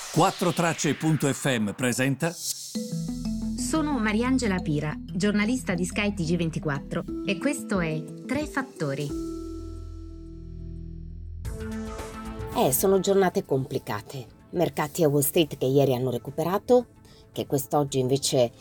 4Tracce.fm presenta. Sono Mariangela Pira, giornalista di Sky TG24 e questo è Tre Fattori. Sono giornate complicate. Mercati a Wall Street che ieri hanno recuperato, che quest'oggi invece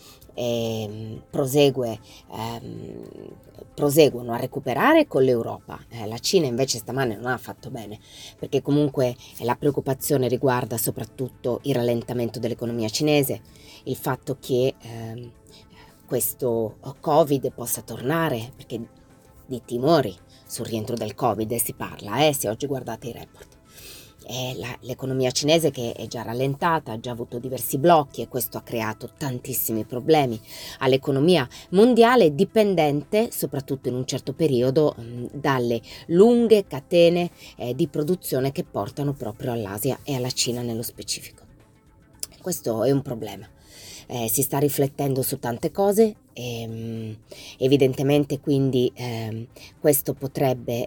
proseguono a recuperare con l'Europa. La Cina invece stamane non ha fatto bene, perché comunque la preoccupazione riguarda soprattutto il rallentamento dell'economia cinese, il fatto che questo Covid possa tornare, perché di timori sul rientro del Covid si parla, se oggi guardate i report. L'economia cinese che è già rallentata, ha già avuto diversi blocchi e questo ha creato tantissimi problemi all'economia mondiale, dipendente soprattutto in un certo periodo dalle lunghe catene di produzione che portano proprio all'Asia e alla Cina nello specifico. Questo è un problema. Si sta riflettendo su tante cose, evidentemente quindi questo potrebbe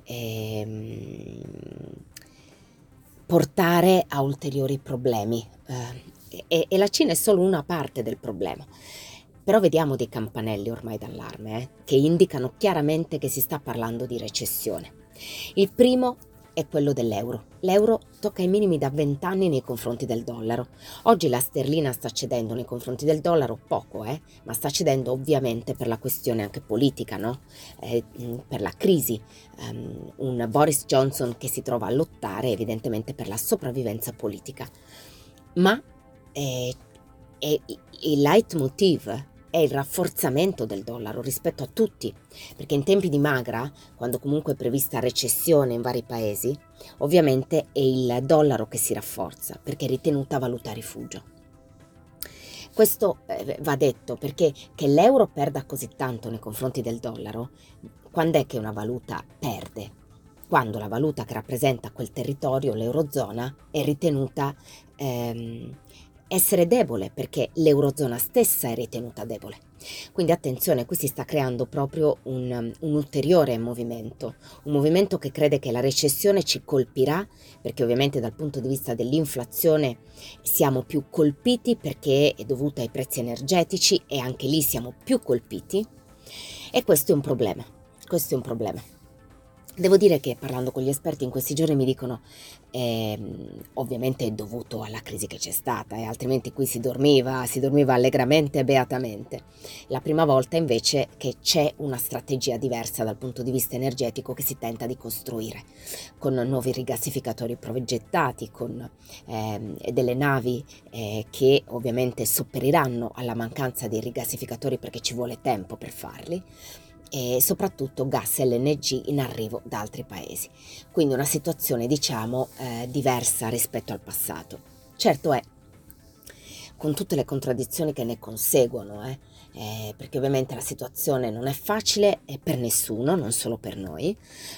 portare a ulteriori problemi e la Cina è solo una parte del problema. Però vediamo dei campanelli ormai d'allarme che indicano chiaramente che si sta parlando di recessione. Il primo è quello dell'euro. L'euro tocca i minimi da 20 anni nei confronti del dollaro. Oggi la sterlina sta cedendo nei confronti del dollaro poco, ma sta cedendo ovviamente per la questione anche politica, no? Per la crisi. Un Boris Johnson che si trova a lottare evidentemente per la sopravvivenza politica. Ma il leitmotiv è il rafforzamento del dollaro rispetto a tutti, perché in tempi di magra, quando comunque è prevista recessione in vari paesi, ovviamente è il dollaro che si rafforza, perché è ritenuta valuta rifugio. Questo va detto perché che l'euro perda così tanto nei confronti del dollaro, quando è che una valuta perde? Quando la valuta che rappresenta quel territorio, l'eurozona, è ritenuta essere debole, perché l'eurozona stessa è ritenuta debole. Quindi attenzione, qui si sta creando proprio un ulteriore movimento, un movimento che crede che la recessione ci colpirà, perché ovviamente dal punto di vista dell'inflazione siamo più colpiti perché è dovuta ai prezzi energetici e anche lì siamo più colpiti e questo è un problema, Devo dire che parlando con gli esperti in questi giorni mi dicono ovviamente è dovuto alla crisi che c'è stata altrimenti qui si dormiva allegramente e beatamente. La prima volta invece che c'è una strategia diversa dal punto di vista energetico che si tenta di costruire con nuovi rigassificatori progettati, con delle navi che ovviamente sopperiranno alla mancanza dei rigassificatori perché ci vuole tempo per farli, e soprattutto gas e LNG in arrivo da altri paesi. Quindi una situazione diversa rispetto al passato. Certo con tutte le contraddizioni che ne conseguono, perché ovviamente la situazione non è facile per nessuno, non solo per noi,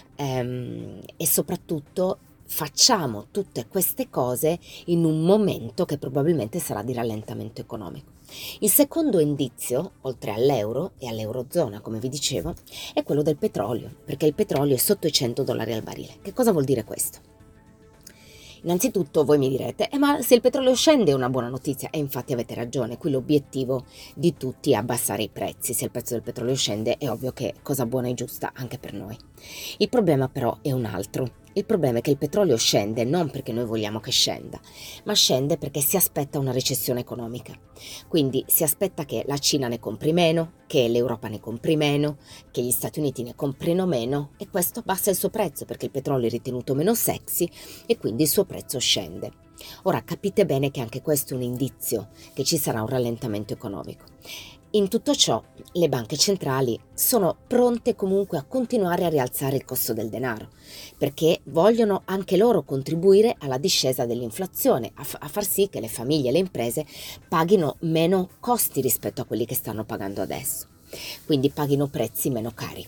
e soprattutto facciamo tutte queste cose in un momento che probabilmente sarà di rallentamento economico. Il secondo indizio, oltre all'euro e all'eurozona, come vi dicevo, è quello del petrolio, perché il petrolio è sotto i $100 al barile. Che cosa vuol dire questo? Innanzitutto voi mi direte, ma se il petrolio scende è una buona notizia, e infatti avete ragione, qui l'obiettivo di tutti è abbassare i prezzi. Se il prezzo del petrolio scende è ovvio che cosa buona e giusta anche per noi. Il problema però è un altro. Il problema è che il petrolio scende non perché noi vogliamo che scenda, ma scende perché si aspetta una recessione economica. Quindi si aspetta che la Cina ne compri meno, che l'Europa ne compri meno, che gli Stati Uniti ne comprino meno e questo abbassa il suo prezzo perché il petrolio è ritenuto meno sexy e quindi il suo prezzo scende. Ora capite bene che anche questo è un indizio che ci sarà un rallentamento economico. In tutto ciò, le banche centrali sono pronte comunque a continuare a rialzare il costo del denaro, perché vogliono anche loro contribuire alla discesa dell'inflazione, a far sì che le famiglie e le imprese paghino meno costi rispetto a quelli che stanno pagando adesso, quindi paghino prezzi meno cari.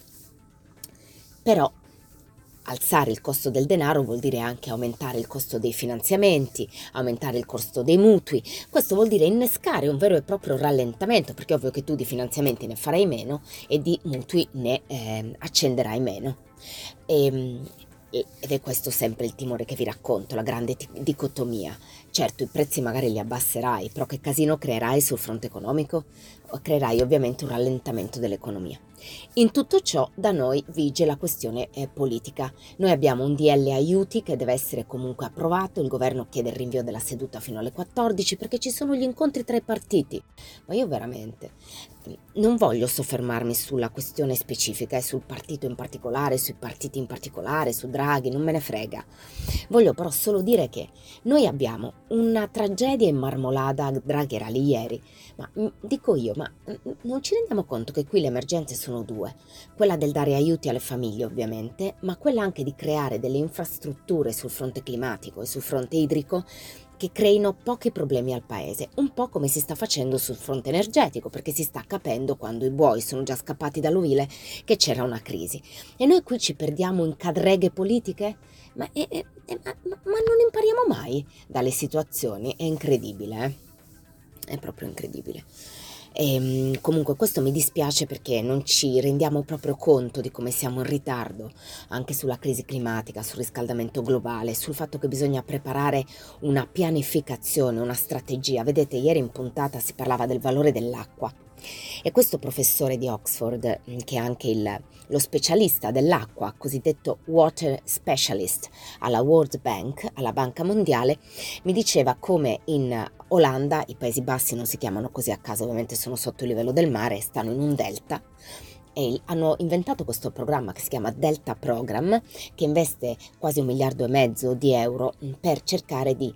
Però alzare il costo del denaro vuol dire anche aumentare il costo dei finanziamenti, aumentare il costo dei mutui. Questo vuol dire innescare un vero e proprio rallentamento, perché è ovvio che tu di finanziamenti ne farai meno e di mutui ne accenderai meno. Ed è questo sempre il timore che vi racconto, la grande dicotomia. Certo, i prezzi magari li abbasserai, però che casino creerai sul fronte economico? Creerai ovviamente un rallentamento dell'economia. In tutto ciò da noi vige la questione politica. Noi abbiamo un DL aiuti che deve essere comunque approvato, il governo chiede il rinvio della seduta fino alle 14 perché ci sono gli incontri tra i partiti. Ma io veramente non voglio soffermarmi sulla questione specifica e sul partito in particolare, sui partiti in particolare, su Draghi, non me ne frega. Voglio però solo dire che noi abbiamo una tragedia in Marmolada, Draghi era lì ieri, ma dico io, ma non ci rendiamo conto che qui le emergenze sono due, quella del dare aiuti alle famiglie ovviamente, ma quella anche di creare delle infrastrutture sul fronte climatico e sul fronte idrico che creino pochi problemi al paese, un po' come si sta facendo sul fronte energetico, perché si sta capendo quando i buoi sono già scappati dall'ovile che c'era una crisi. E noi qui ci perdiamo in cadreghe politiche? Ma non impariamo mai dalle situazioni, è incredibile, È proprio incredibile. Comunque questo mi dispiace perché non ci rendiamo proprio conto di come siamo in ritardo anche sulla crisi climatica, sul riscaldamento globale, sul fatto che bisogna preparare una pianificazione, una strategia. Vedete, ieri in puntata si parlava del valore dell'acqua e questo professore di Oxford, che è anche lo specialista dell'acqua, cosiddetto water specialist alla World Bank, alla Banca Mondiale, mi diceva come in Olanda, i Paesi Bassi non si chiamano così a caso, ovviamente sono sotto il livello del mare, stanno in un delta, e hanno inventato questo programma che si chiama Delta Program, che investe quasi 1,5 miliardi di euro per cercare di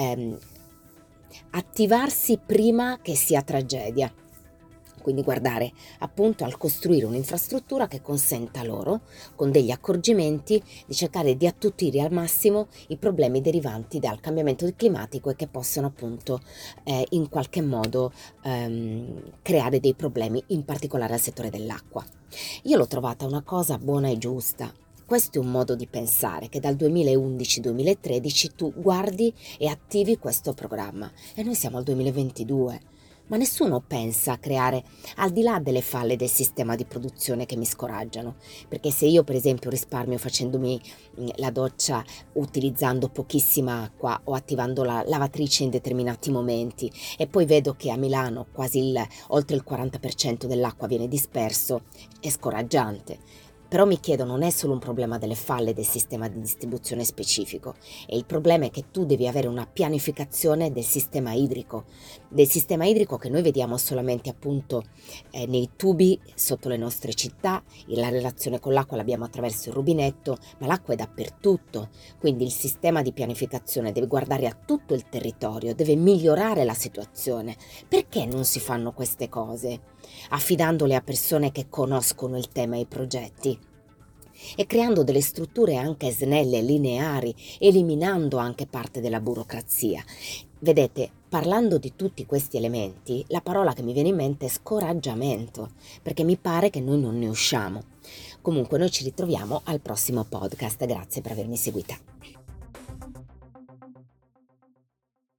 attivarsi prima che sia tragedia. Quindi guardare appunto al costruire un'infrastruttura che consenta loro, con degli accorgimenti, di cercare di attutire al massimo i problemi derivanti dal cambiamento climatico e che possono appunto in qualche modo creare dei problemi, in particolare al settore dell'acqua. Io l'ho trovata una cosa buona e giusta. Questo è un modo di pensare che dal 2011-2013 tu guardi e attivi questo programma e noi siamo al 2022. Ma nessuno pensa a creare, al di là delle falle del sistema di produzione che mi scoraggiano, perché se io per esempio risparmio facendomi la doccia utilizzando pochissima acqua o attivando la lavatrice in determinati momenti e poi vedo che a Milano oltre il 40% dell'acqua viene disperso, è scoraggiante. Però mi chiedo, non è solo un problema delle falle del sistema di distribuzione specifico, e il problema è che tu devi avere una pianificazione del sistema idrico che noi vediamo solamente appunto nei tubi sotto le nostre città, la relazione con l'acqua l'abbiamo attraverso il rubinetto, ma l'acqua è dappertutto, quindi il sistema di pianificazione deve guardare a tutto il territorio, deve migliorare la situazione. Perché non si fanno queste cose? Affidandole a persone che conoscono il tema e i progetti e creando delle strutture anche snelle, lineari, eliminando anche parte della burocrazia. Vedete, parlando di tutti questi elementi, la parola che mi viene in mente è scoraggiamento, perché mi pare che noi non ne usciamo. Comunque noi ci ritroviamo al prossimo podcast, grazie per avermi seguita.